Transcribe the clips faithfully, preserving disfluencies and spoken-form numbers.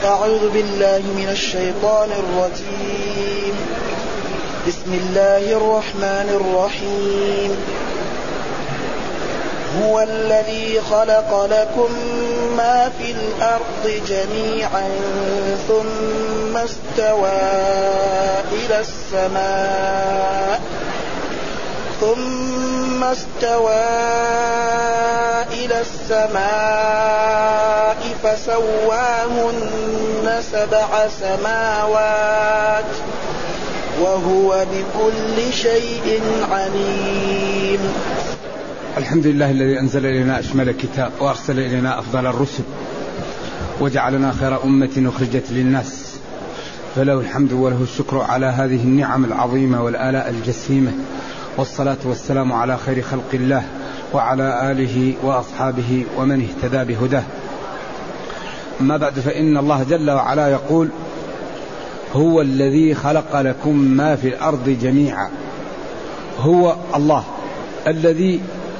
أعوذ بالله من الشيطان الرجيم. بسم الله الرحمن الرحيم. هو الذي خلق لكم ما في الأرض جميعا ثم استوى إلى السماء ثم استوى إلى السماء فسواهن سبع سماوات وهو بكل شيء عليم. الحمد لله الذي أنزل إلينا أشمل الكتاب وأرسل إلينا أفضل الرسل وجعلنا خير أمة أخرجت للناس، فله الحمد وله الشكر على هذه النعم العظيمة والآلاء الجسيمة، والصلاة والسلام على خير خلق الله وعلى آله وأصحابه ومن اهتدى بهداه. أما بعد، فإن الله جل وعلا يقول: هو الذي خلق لكم ما في الأرض جميعا. هو الله الذي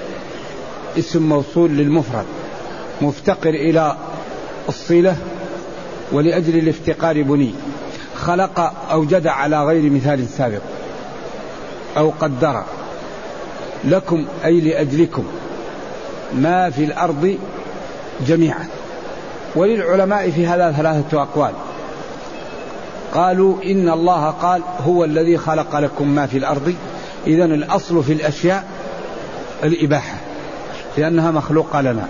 اسم موصول للمفرد مفتقر إلى الصلة، ولأجل الافتقار بني. خلق أوجد على غير مثال سابق، أو قدر لكم أي لأجلكم ما في الأرض جميعا. وللعلماء في هذا ثلاثة أقوال. قالوا إن الله قال هو الذي خلق لكم ما في الأرض، إذن الأصل في الأشياء الإباحة لأنها مخلوقة لنا.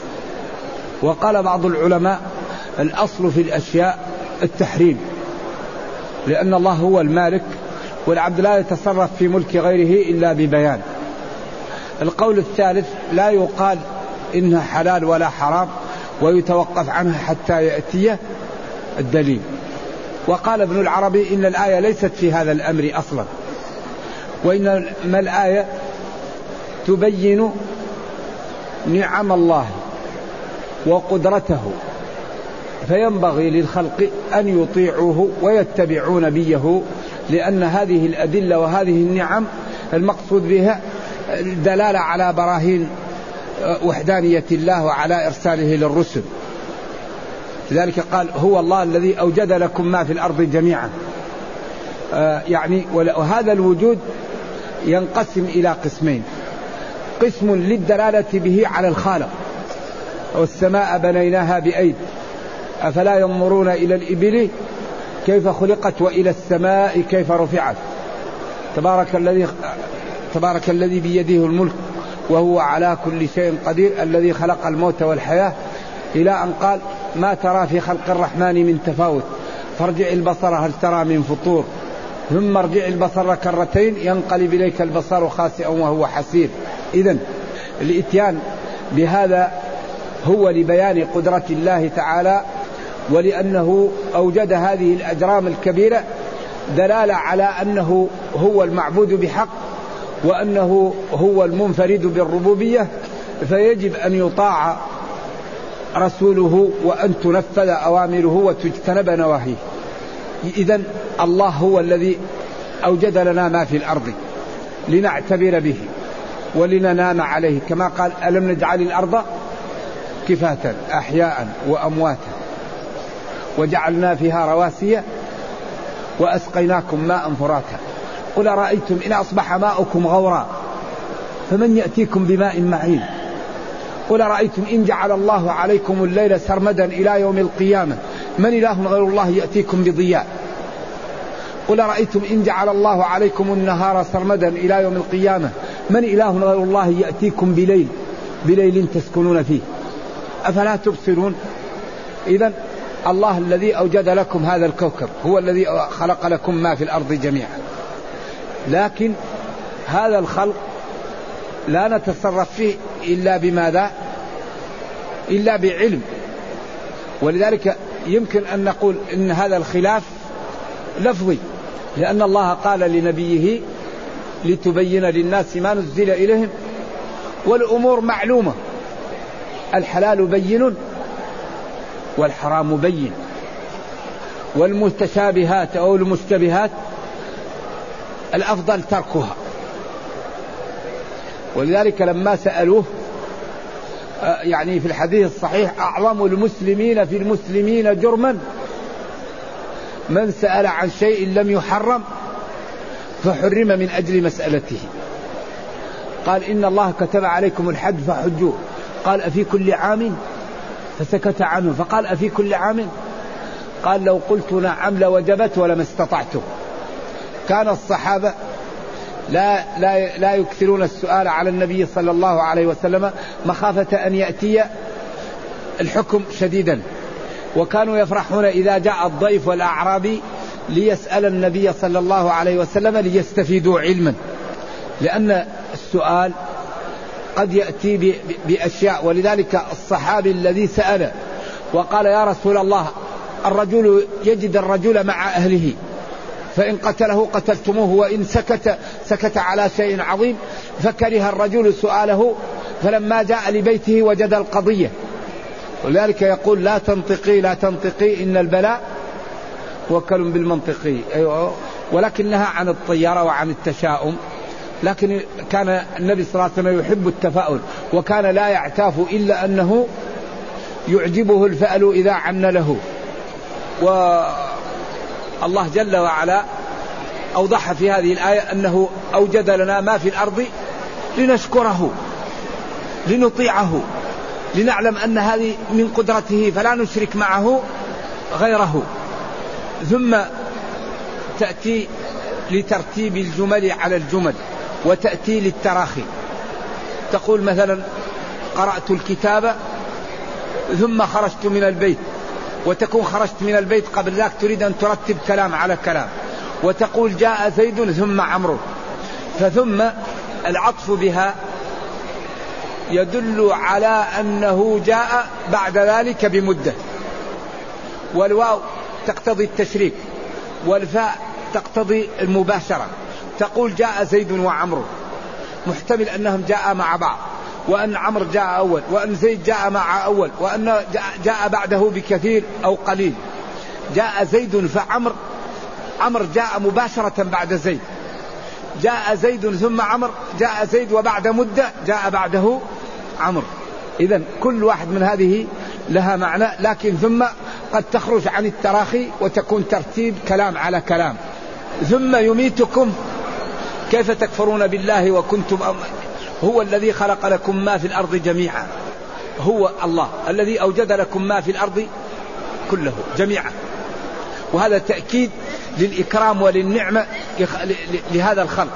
وقال بعض العلماء الأصل في الأشياء التحريم، لأن الله هو المالك والعبد لا يتصرف في ملك غيره إلا ببيان. القول الثالث لا يقال إنها حلال ولا حرام، ويتوقف عنها حتى يأتي الدليل. وقال ابن العربي إن الآية ليست في هذا الأمر أصلا، وإنما الآية تبين نعم الله وقدرته، فينبغي للخلق أن يطيعوه ويتبعوا نبيه، لأن هذه الأدلة وهذه النعم المقصود بها الدلالة على براهين وحدانية الله وعلى إرساله للرسل. لذلك قال هو الله الذي أوجد لكم ما في الأرض جميعا. آه يعني وهذا الوجود ينقسم إلى قسمين: قسم للدلالة به على الخالق: والسماء بنيناها بأيد أفلا ينظرون إلى الإبل كيف خلقت وإلى السماء كيف رفعت تبارك الذي تبارك الذي بيده الملك وهو على كل شيء قدير الذي خلق الموت والحياة، إلى أن قال ما ترى في خلق الرحمن من تفاوت فارجع البصر هل ترى من فطور ثم ارجع البصر كرتين ينقلب إليك البصر خاسئا وهو حسير. إذن الإتيان بهذا هو لبيان قدرة الله تعالى، ولأنه أوجد هذه الأجرام الكبيرة دلالة على أنه هو المعبود بحق، وأنه هو المنفرد بالربوبية، فيجب أن يطاع رسوله وأن تنفذ أوامره وتجتنب نواهيه. إذن الله هو الذي أوجد لنا ما في الأرض لنعتبر به ولننام عليه، كما قال ألم نجعل الأرض كفاة أحياء وأمواتا وجعلنا فيها رواسي وأسقيناكم ماء فراتا قل رأيتم إن أصبح ماؤكم غورا فمن يأتيكم بماء معين قل رأيتم إن جعل الله عليكم الليل سرمدا إلى يوم القيامة من إله غير الله يأتيكم بضياء قل رأيتم إن جعل الله عليكم النهار سرمدا إلى يوم القيامة من إله غير الله يأتيكم بليل بليل تسكنون فيه أفلا تبصرون. إذن الله الذي أوجد لكم هذا الكوكب هو الذي خلق لكم ما في الأرض جميعا، لكن هذا الخلق لا نتصرف فيه إلا بماذا؟ إلا بعلم. ولذلك يمكن أن نقول إن هذا الخلاف لفظي، لأن الله قال لنبيه لتبين للناس ما نزل إليهم والأمور معلومة، الحلال بين والحرام بين، والمتشابهات أو المشتبهات الأفضل تركها. ولذلك لما سألوه يعني في الحديث الصحيح أعظم المسلمين في المسلمين جرما من سأل عن شيء لم يحرم فحرم من أجل مسألته. قال إن الله كتب عليكم الحج فحجوه. قال أفي كل عام؟ فسكت عنه. فقال أفي كل عام؟ قال لو قلت نعم لوجبت ولما استطعته. كان الصحابة لا, لا, لا يكثرون السؤال على النبي صلى الله عليه وسلم مخافة أن يأتي الحكم شديدا، وكانوا يفرحون إذا جاء الضيف والأعرابي ليسأل النبي صلى الله عليه وسلم ليستفيدوا علما، لأن السؤال قد يأتي بأشياء. ولذلك الصحابي الذي سأل وقال يا رسول الله الرجل يجد الرجل مع أهله فإن قتله قتلتموه وإن سكت سكت على شيء عظيم، فكره الرجل سؤاله، فلما جاء لبيته وجد القضية. ولذلك يقول لا تنطقي لا تنطقي إن البلاء وكل بالمنطقي. أيوة. ولكنها عن الطيارة وعن التشاؤم. لكن كان النبي صلى الله عليه وسلم يحب التفاؤل، وكان لا يعتاف إلا أنه يعجبه الفأل إذا عن له. والله جل وعلا أوضح في هذه الآية أنه أوجد لنا ما في الأرض لنشكره لنطيعه لنعلم أن هذه من قدرته فلا نشرك معه غيره. ثم تأتي لترتيب الجمل على الجمل، وتأتي للتراخي. تقول مثلا قرأت الكتاب ثم خرجت من البيت، وتكون خرجت من البيت قبل ذلك تريد أن ترتب كلام على كلام، وتقول جاء زيد ثم عمرو. فثم العطف بها يدل على أنه جاء بعد ذلك بمدة، والواو تقتضي التشريك، والفاء تقتضي المباشرة. تقول جاء زيد وعمرو، محتمل أنهم جاء مع بعض، وأن عمرو جاء أول، وأن زيد جاء مع أول، وأن جاء بعده بكثير أو قليل. جاء زيد فعمر، عمر جاء مباشرة بعد زيد. جاء زيد ثم عمر، جاء زيد وبعد مدة جاء بعده عمر. إذن كل واحد من هذه لها معنى، لكن ثم قد تخرج عن التراخي وتكون ترتيب كلام على كلام. ثم يميتكم كيف تكفرون بالله وكنتم هو الذي خلق لكم ما في الأرض جميعا. هو الله الذي أوجد لكم ما في الأرض كله جميعا، وهذا تأكيد للإكرام وللنعمة لهذا الخلق.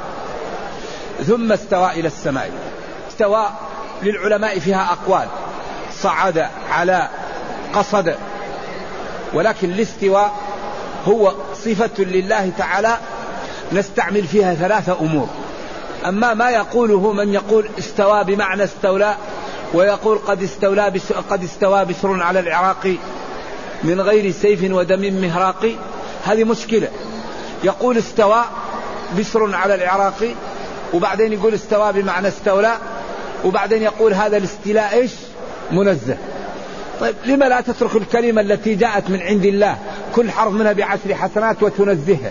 ثم استوى إلى السماء. استوى للعلماء فيها أقوال، صعد، على، قصد، ولكن الاستواء هو صفة لله تعالى نستعمل فيها ثلاثة أمور. أما ما يقوله من يقول استوى بمعنى استولى، ويقول قد استولى بس قد استوى بشر على العراق من غير سيف ودم مهراق، هذه مشكلة. يقول استوى بشر على العراق، وبعدين يقول استوى بمعنى استولى، وبعدين يقول هذا الاستيلاء إيش؟ منزه. طيب لما لا تترك الكلمة التي جاءت من عند الله كل حرف منها بعشر حسنات وتنزهها؟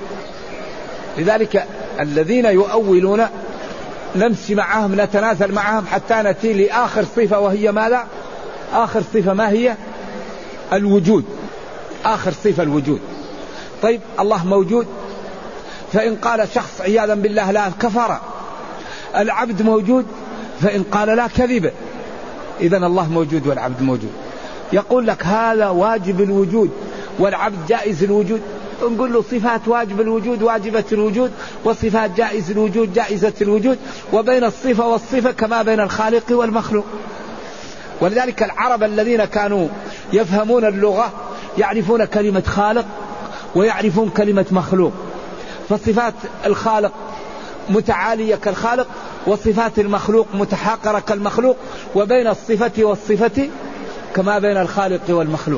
لذلك الذين يؤولون نمشي معهم نتنازل معهم حتى نتي لآخر صفة، وهي ماذا؟ آخر صفة ما هي؟ الوجود. آخر صفة الوجود. طيب الله موجود، فإن قال شخص عياذا بالله لا كفر. العبد موجود، فإن قال لا كذب. إذن الله موجود والعبد موجود. يقول لك هذا واجب الوجود والعبد جائز الوجود، نقول له صفات واجب الوجود واجبة الوجود، وصفات جائز الوجود جائزة الوجود، وبين الصفة والصفة كما بين الخالق والمخلوق. ولذلك العرب الذين كانوا يفهمون اللغة يعرفون كلمة خالق ويعرفون كلمة مخلوق، فصفات الخالق متعالية كالخالق، وصفات المخلوق متحاقرة كالمخلوق، وبين الصفة والصفة كما بين الخالق والمخلوق.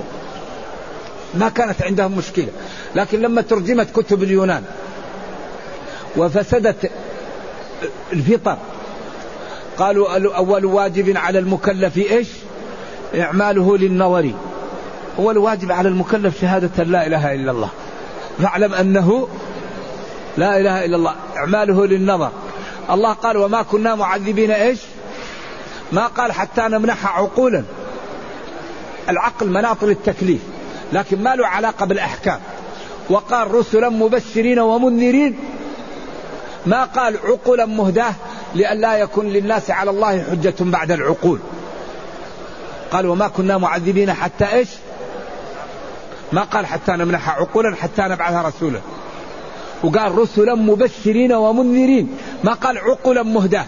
ما كانت عندهم مشكلة. لكن لما ترجمت كتب اليونان وفسدت الفطر، قالوا أول واجب على المكلف إيش؟ إعماله للنظر. أول واجب على المكلف شهادة لا إله إلا الله، فاعلم أنه لا إله إلا الله، إعماله للنظر. الله قال وما كنا معذبين إيش؟ ما قال حتى نمنح عقولا. العقل مناط للتكليف، لكن ما له علاقة بالأحكام. وقال رسلا مبشرين ومنذرين، ما قال عقلا مهداة لئلا يكون للناس على الله حجة بعد العقول. قال وما كنا معذبين حتى إيش، ما قال حتى نمنح عقولا حتى نبعث رسولا. وقال رسلا مبشرين ومنذرين، ما قال عقلا مهداة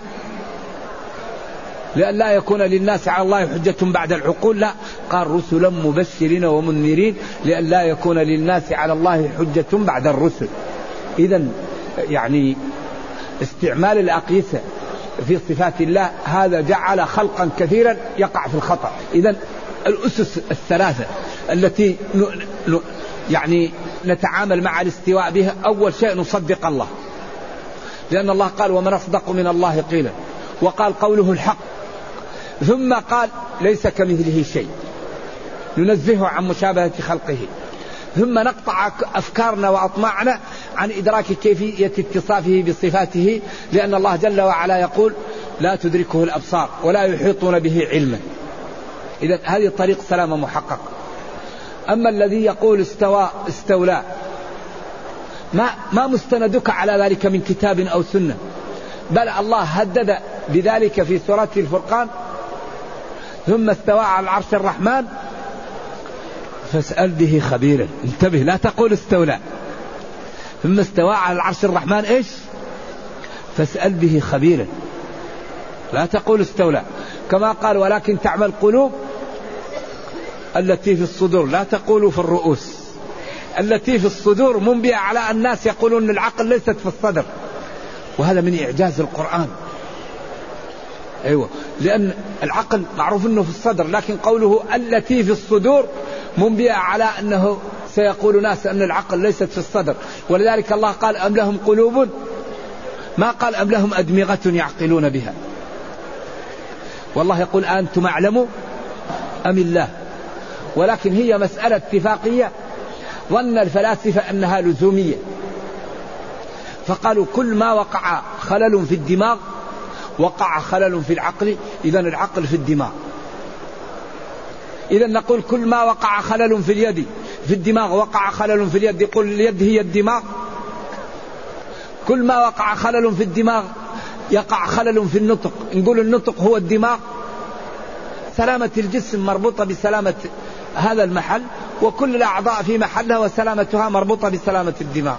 لئلا يكون للناس على الله حجة بعد العقول، لا، قال رسلا مبشرين ومنذرين لئلا يكون للناس على الله حجة بعد الرسل. إذن يعني استعمال الأقيسة في صفات الله هذا جعل خلقا كثيرا يقع في الخطأ. إذن الأسس الثلاثة التي يعني نتعامل مع الاستواء بها، أول شيء نصدق الله، لأن الله قال ومن أصدق من الله قيلا، وقال قوله الحق، ثم قال ليس كمثله شيء، ننزهه عن مشابهة خلقه، ثم نقطع أفكارنا وأطماعنا عن إدراك كيفية اتصافه بصفاته، لأن الله جل وعلا يقول لا تدركه الأبصار ولا يحيطون به علما. إذن هذه طريق سلامة محقق. أما الذي يقول استوى استولى، ما, ما مستندك على ذلك من كتاب أو سنة، بل الله هدد بذلك في سورة الفرقان، ثم استوى على العرش الرحمن فاسأل به خبيرا. انتبه، لا تقول استولى، ثم استوى على العرش الرحمن إيش، فاسأل به خبيرا، لا تقول استولى. كما قال ولكن تعمل قلوب التي في الصدور، لا تقولوا في الرؤوس. التي في الصدور منبئة على الناس يقولون أن العقل ليست في الصدر، وهذا من إعجاز القرآن. أيوة، لأن العقل معروف أنه في الصدر، لكن قوله التي في الصدور منبئة على أنه سيقول ناس أن العقل ليست في الصدر. ولذلك الله قال أم لهم قلوب، ما قال أم لهم أدمغة يعقلون بها. والله يقول أنتم أعلموا أم الله، ولكن هي مسألة اتفاقية. ظن الفلاسفة أنها لزومية، فقالوا كل ما وقع خلل في الدماغ وقع خلل في العقل، إذن العقل في الدماغ. إذن نقول كل ما وقع خلل في اليد في الدماغ وقع خلل في اليد، يقول اليد هي الدماغ. كل ما وقع خلل في الدماغ يقع خلل في النطق، نقول النطق هو الدماغ. سلامة الجسم مربوطة بسلامة هذا المحل، وكل الأعضاء في محلها وسلامتها مربوطة بسلامة الدماغ.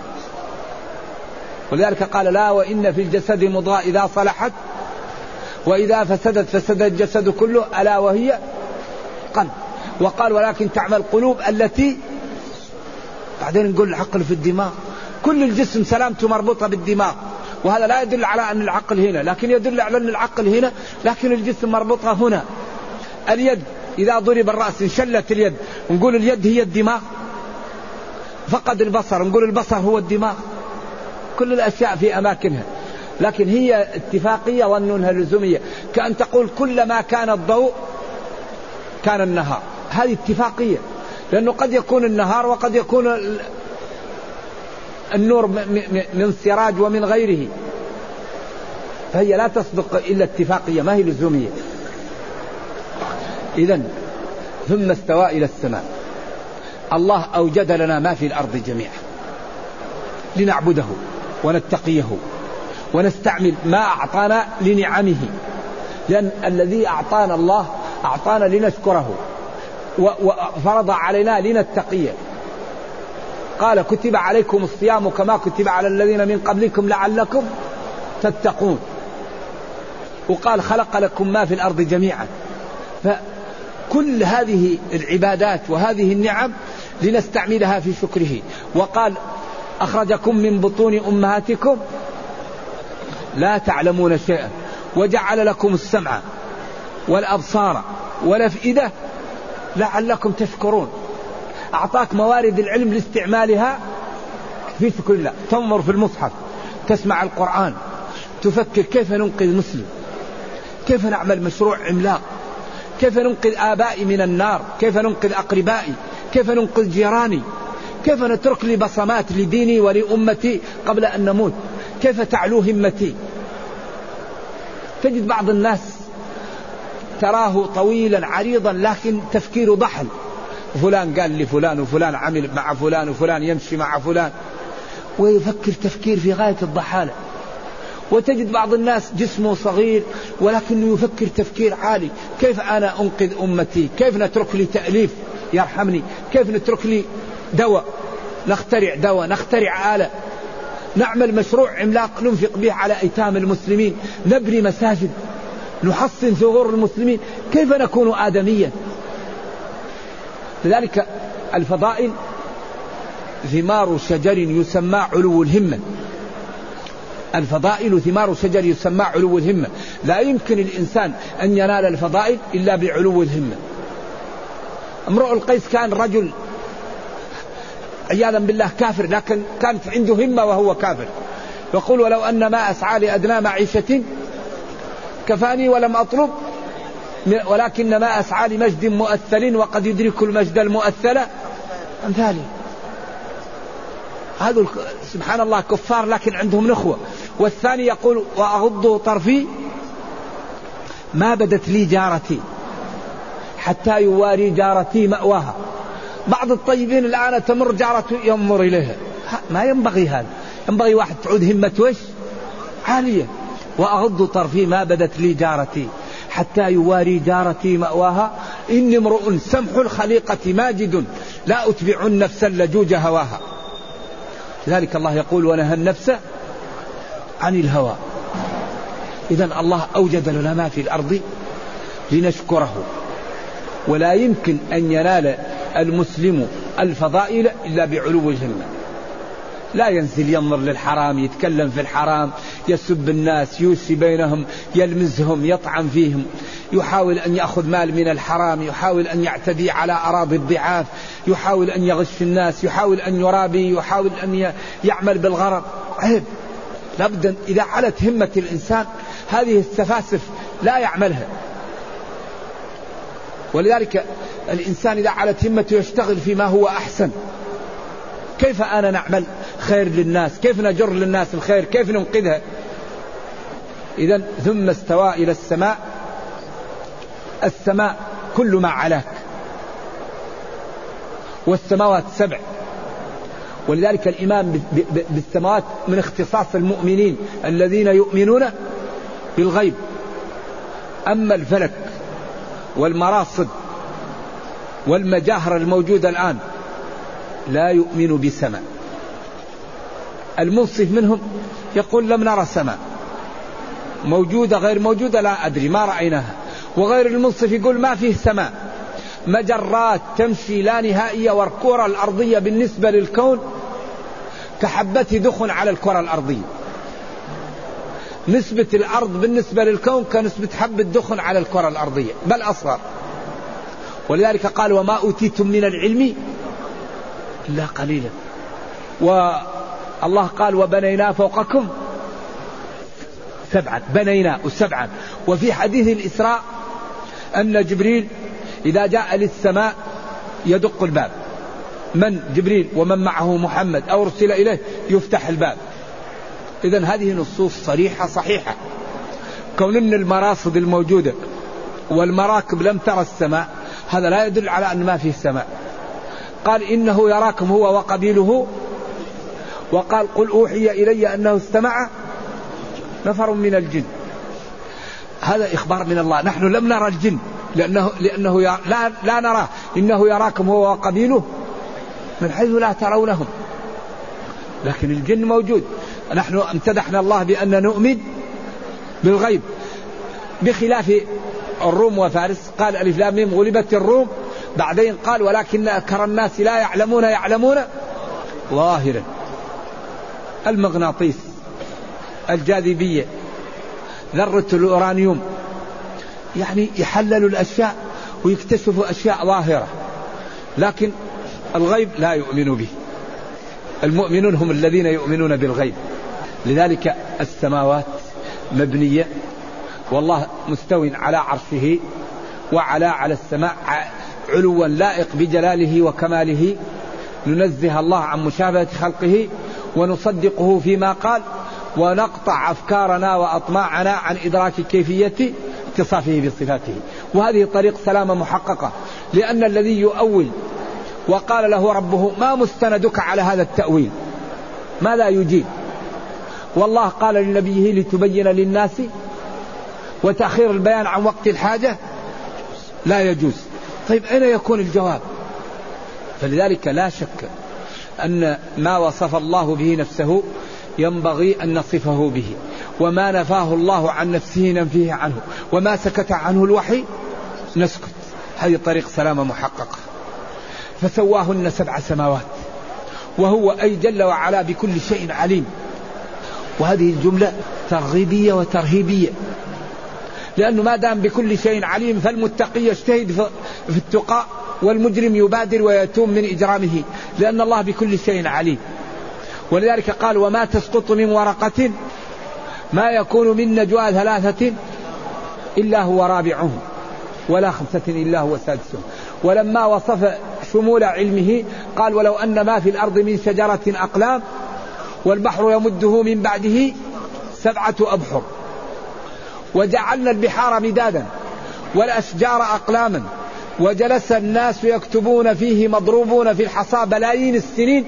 ولذلك قال لا وإن في الجسد مضغة إذا صلحت وإذا فسدت فسد الجسد كله ألا وهي قلب. وقال ولكن تعمل قلوب التي، بعدين نقول العقل في الدماغ. كل الجسم سلامته مربوطة بالدماغ، وهذا لا يدل على أن العقل هنا، لكن يدل على أن العقل هنا، لكن الجسم مربوطة هنا. اليد إذا ضرب الرأس انشلت اليد، نقول اليد هي الدماغ. فقد البصر، نقول البصر هو الدماغ. كل الأشياء في أماكنها، لكن هي اتفاقية ظنونها لزومية. كأن تقول كلما كان الضوء كان النهار، هذه اتفاقية، لأنه قد يكون النهار وقد يكون النور من سراج ومن غيره، فهي لا تصدق إلا اتفاقية، ما هي لزومية. إذن ثم استوى إلى السماء. الله أوجد لنا ما في الأرض جميعا لنعبده ونتقيه ونستعمل ما أعطانا لنعمه، لأن الذي أعطانا الله أعطانا لنشكره وفرض علينا لنتقيه. قال كتب عليكم الصيام كما كتب على الذين من قبلكم لعلكم تتقون. وقال خلق لكم ما في الأرض جميعا. فكل هذه العبادات وهذه النعم لنستعملها في شكره. وقال أخرجكم من بطون أمهاتكم لا تعلمون شيئا وجعل لكم السمع والأبصار والأفئدة لعلكم تشكرون. أعطاك موارد العلم لاستعمالها في شكر الله. تنظر في المصحف، تسمع القرآن، تفكر كيف ننقذ مسلم، كيف نعمل مشروع عملاق، كيف ننقذ آبائي من النار، كيف ننقذ أقربائي، كيف ننقذ جيراني، كيف نترك لي بصمات لديني ولأمتي قبل أن نموت، كيف تعلو همتي. تجد بعض الناس تراه طويلا عريضا لكن تفكير ضحل، فلان قال لفلان وفلان عمل مع فلان وفلان يمشي مع فلان، ويفكر تفكير في غاية الضحالة. وتجد بعض الناس جسمه صغير ولكنه يفكر تفكير عالي، كيف أنا أنقذ أمتي، كيف نترك لي تأليف يرحمني، كيف نترك لي دواء، نخترع دواء، نخترع آلة، نعمل مشروع عملاق ننفق به على أيتام المسلمين، نبني مساجد، نحصن ثغور المسلمين. كيف نكون آدميا؟ لذلك الفضائل ثمار شجر يسمى علو الهمة. الفضائل ثمار شجر يسمى علو الهمة. لا يمكن الإنسان أن ينال الفضائل إلا بعلو الهمة. امرؤ القيس كان رجل عياذا بالله كافر، لكن كانت عنده همة وهو كافر. يقول ولو أن ما أسعى لأدنى معيشة كفاني ولم أطلب، ولكن ما أسعى لمجد مؤثل وقد يدرك المجد المؤثل أمثالي. هذا سبحان الله كفار لكن عندهم نخوة. والثاني يقول وأغض طرفي ما بدت لي جارتي حتى يواري جارتي مأواها. بعض الطيبين الآن تمر جارته ينظر إليها، ما ينبغي هذا. ينبغي واحد تعود همة وش عالية. وأغض طرفي ما بدت لي جارتي حتى يواري جارتي مأواها، إني امرؤ سمح الخليقة ماجد لا أتبع النفس اللجوج هواها. لذلك الله يقول ونهى النفس عن الهوى. إذن الله أوجد لنا ما في الأرض لنشكره، ولا يمكن أن ينال المسلم الفضائل إلا بعلو الهمة. لا ينزل ينظر للحرام، يتكلم في الحرام، يسب الناس، يوشي بينهم، يلمزهم، يطعن فيهم، يحاول أن يأخذ مال من الحرام، يحاول أن يعتدي على أراضي الضعاف، يحاول أن يغش الناس، يحاول أن يرابي، يحاول أن يعمل بالغرض. عيب. لابد إذا علت همة الإنسان هذه السفاسف لا يعملها. ولذلك الإنسان إذا علت همته يشتغل فيما هو أحسن. كيف أنا نعمل خير للناس، كيف نجر للناس الخير، كيف ننقذها. إذن ثم استوى إلى السماء. السماء كل ما علاك، والسماوات سبع. ولذلك الإيمان بالسماوات من اختصاص المؤمنين الذين يؤمنون بالغيب. أما الفلك والمراصد والمجاهر الموجودة الآن لا يؤمن بسماء. المنصف منهم يقول لم نرى سماء، موجودة غير موجودة لا أدري، ما رأيناها. وغير المنصف يقول ما فيه سماء، مجرات تمشي لا نهائية، والكرة الأرضية بالنسبة للكون كحبة دخن على الكرة الأرضية. نسبة الأرض بالنسبة للكون كنسبة حبة دخن على الكرة الأرضية، بل أصغر. ولذلك قال وما أوتيتم من العلم إلا قليلا. والله قال وبنينا فوقكم سبعا، بنينا سبعا. وفي حديث الإسراء أن جبريل إذا جاء للسماء يدق الباب، من جبريل ومن معه محمد أو أرسل إليه يفتح الباب. إذن هذه نصوص صريحة صحيحة. كون أن المراصد الموجودة والمراكب لم ترى السماء هذا لا يدل على أن ما فيه سماء. قال إنه يراكم هو وقبيله، وقال قل أوحي إلي أنه استمع نفر من الجن. هذا إخبار من الله. نحن لم نرى الجن لأنه, لأنه لا, لا نراه. إنه يراكم هو وقبيله من حيث لا ترونهم، لكن الجن موجود. نحن امتدحنا الله بأن نؤمن بالغيب، بخلاف الروم وفارس. قال ألف لام ميم غلبت الروم، بعدين قال ولكن أكثر الناس لا يعلمون يعلمون ظاهرا. المغناطيس، الجاذبية، ذرة الأورانيوم، يعني يحللوا الأشياء ويكتشفوا أشياء ظاهرة، لكن الغيب لا يؤمن به. المؤمنون هم الذين يؤمنون بالغيب. لذلك السماوات مبنية، والله مستوٍ على عرشه وعلى على السماء علوا لائق بجلاله وكماله. ننزه الله عن مشابهة خلقه ونصدقه فيما قال، ونقطع أفكارنا وأطماعنا عن إدراك كيفية اتصافه بصفاته. وهذه طريق سلامة محققة، لأن الذي يؤول وقال له ربه ما مستندك على هذا التأويل؟ ماذا يجيب؟ والله قال لنبيه لتبين للناس، وتأخير البيان عن وقت الحاجة لا يجوز. طيب أين يكون الجواب؟ فلذلك لا شك أن ما وصف الله به نفسه ينبغي أن نصفه به، وما نفاه الله عن نفسه ننفيه عنه، وما سكت عنه الوحي نسكت. هذه طريق سلامة محققة. فسواهن سبع سماوات وهو أي جل وعلا بكل شيء عليم. وهذه الجملة ترغيبية وترهيبية، لأنه ما دام بكل شيء عليم فالمتقي يجتهد في التقى، والمجرم يبادر ويتوم من إجرامه، لأن الله بكل شيء عليم. ولذلك قال وما تسقط من ورقة ما يكون من نجوى ثلاثة إلا هو رابعهم ولا خمسة إلا هو سادسهم. ولما وصف شمول علمه قال ولو أن ما في الأرض من شجرة أقلام والبحر يمده من بعده سبعة أبحر وجعلنا البحار مدادا والأشجار أقلاما وجلس الناس يكتبون فيه مضروبون في الحصى بلايين السنين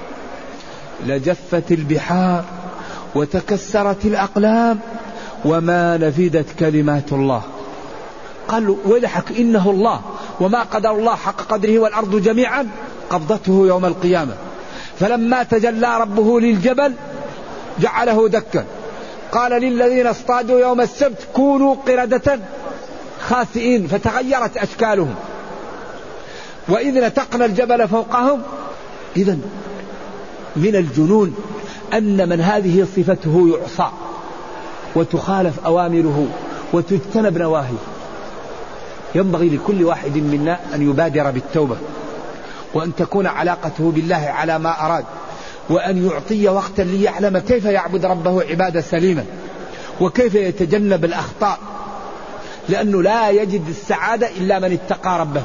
لجفت البحار وتكسرت الأقلام وما نفدت كلمات الله. قالوا ويلحك إنه الله وما قدر الله حق قدره والأرض جميعا قبضته يوم القيامة. فلما تجلى ربه للجبل جعله دكا قال للذين اصطادوا يوم السبت كونوا قردة خاسئين فتغيرت أشكالهم وإذ نتقنا الجبل فوقهم. إذن من الجنون أن من هذه صفته يعصى وتخالف أوامره وتجتنب نواهيه. ينبغي لكل واحد منا أن يبادر بالتوبة، وأن تكون علاقته بالله على ما أراد، وأن يعطي وقتا ليعلم كيف يعبد ربه عبادة سليمة وكيف يتجنب الأخطاء، لأنه لا يجد السعادة إلا من اتقى ربه.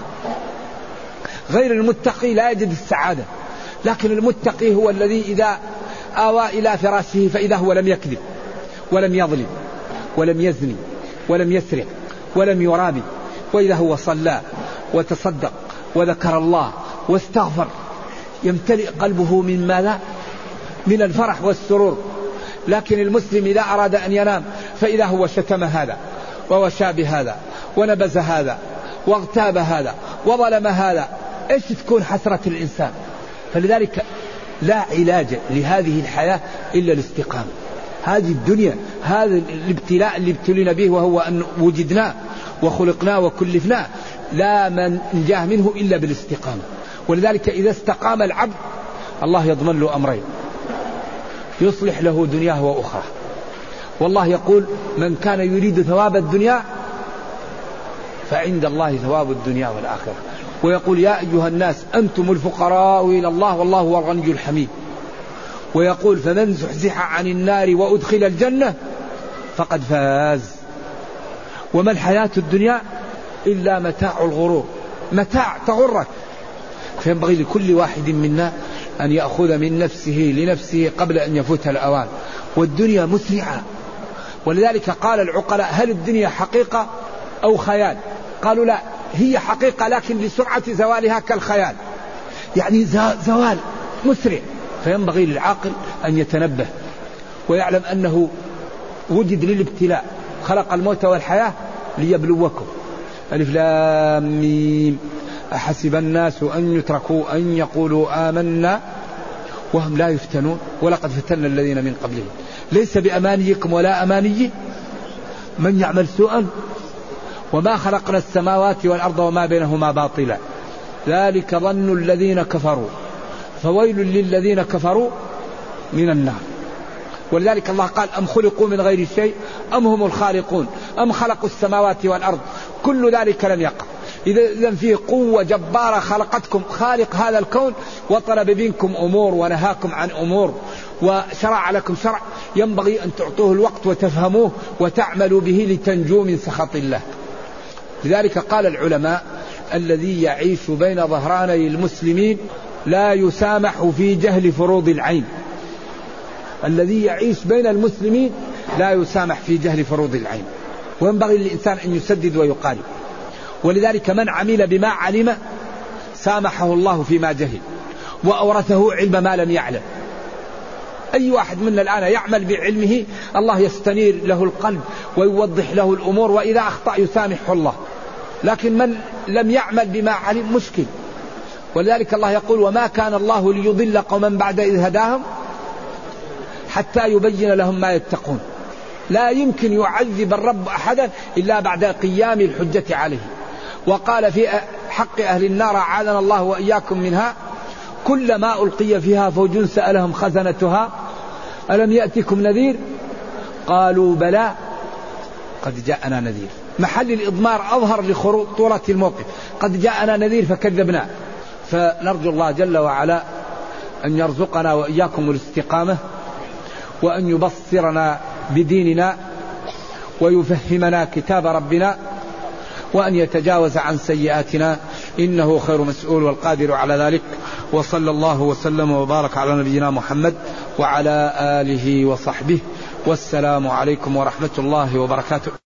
غير المتقي لا يجد السعادة، لكن المتقي هو الذي إذا آوى إلى فراشه فإذا هو لم يكذب ولم يظلم ولم يزني ولم يسرق ولم يرابي، وإذا هو صلى وتصدق وذكر الله واستغفر يمتلئ قلبه من ماذا؟ من الفرح والسرور. لكن المسلم إذا أراد أن ينام فإذا هو شتم هذا ووشى بهذا ونبز هذا واغتاب هذا وظلم هذا، إيش تكون حسرة الإنسان؟ فلذلك لا علاج لهذه الحياة إلا الاستقامة. هذه الدنيا هذا الابتلاء اللي ابتلينا به، وهو أن وجدنا وخلقنا وكلفنا، لا من نجاه منه إلا بالاستقامة. ولذلك إذا استقام العبد الله يضمن له أمرين: يصلح له دنياه وأخرى. والله يقول من كان يريد ثواب الدنيا فعند الله ثواب الدنيا والآخرة. ويقول يا أيها الناس أنتم الفقراء إلى الله والله هو الغني الحميد. ويقول فمن زحزح عن النار وأدخل الجنة فقد فاز. وما الحياة الدنيا إلا متاع الغرور، متاع تغرك. فينبغي لكل واحد منا أن يأخذ من نفسه لنفسه قبل أن يفوت الأوان. والدنيا مسرعة، ولذلك قال العقلاء هل الدنيا حقيقة أو خيال؟ قالوا لا، هي حقيقة لكن لسرعة زوالها كالخيال، يعني زوال مسرع. فينبغي للعاقل أن يتنبه ويعلم أنه وجد للابتلاء، خلق الموت والحياة ليبلوكم. ألف لام ميم أحسب الناس أن يتركوا أن يقولوا آمنا وهم لا يفتنون ولقد فتنا الذين من قبلهم ليس بأمانيكم ولا أماني من يعمل سوءا وما خلقنا السماوات والأرض وما بينهما باطلا ذلك ظن الذين كفروا فويل للذين كفروا من النار. ولذلك الله قال أم خلقوا من غير شيء أم هم الخالقون أم خلقوا السماوات والأرض كل ذلك لم يقع. إذا فيه قوة جبارة خلقتكم، خالق هذا الكون، وطلب منكم أمور ونهاكم عن أمور وشرع لكم شرع ينبغي أن تعطوه الوقت وتفهموه وتعملوا به لتنجوا من سخط الله. لذلك قال العلماء الذي يعيش بين ظهراني المسلمين لا يسامح في جهل فروض العين. الذي يعيش بين المسلمين لا يسامح في جهل فروض العين، وينبغي للإنسان أن يسدد ويقارب. ولذلك من عمل بما علم سامحه الله فيما جهل وأورثه علم ما لم يعلم. أي واحد منا الآن يعمل بعلمه الله يستنير له القلب ويوضح له الأمور، وإذا أخطأ يسامحه الله. لكن من لم يعمل بما علم مشكل. ولذلك الله يقول وما كان الله ليضل قوما بعد إذ هداهم حتى يبين لهم ما يتقون. لا يمكن يعذب الرب أحدا إلا بعد قيام الحجة عليه. وقال في حق أهل النار أعاذنا الله وإياكم منها كلما ألقي فيها فوج سألهم خزنتها ألم يأتكم نذير قالوا بلى قد جاءنا نذير. محل الإضمار أظهر لخطورة الموقف، قد جاءنا نذير فكذبنا. فنرجو الله جل وعلا أن يرزقنا وإياكم الاستقامة، وأن يبصرنا بديننا ويفهمنا كتاب ربنا، وأن يتجاوز عن سيئاتنا إنه خير مسؤول والقادر على ذلك. وصلى الله وسلم وبارك على نبينا محمد وعلى آله وصحبه، والسلام عليكم ورحمة الله وبركاته.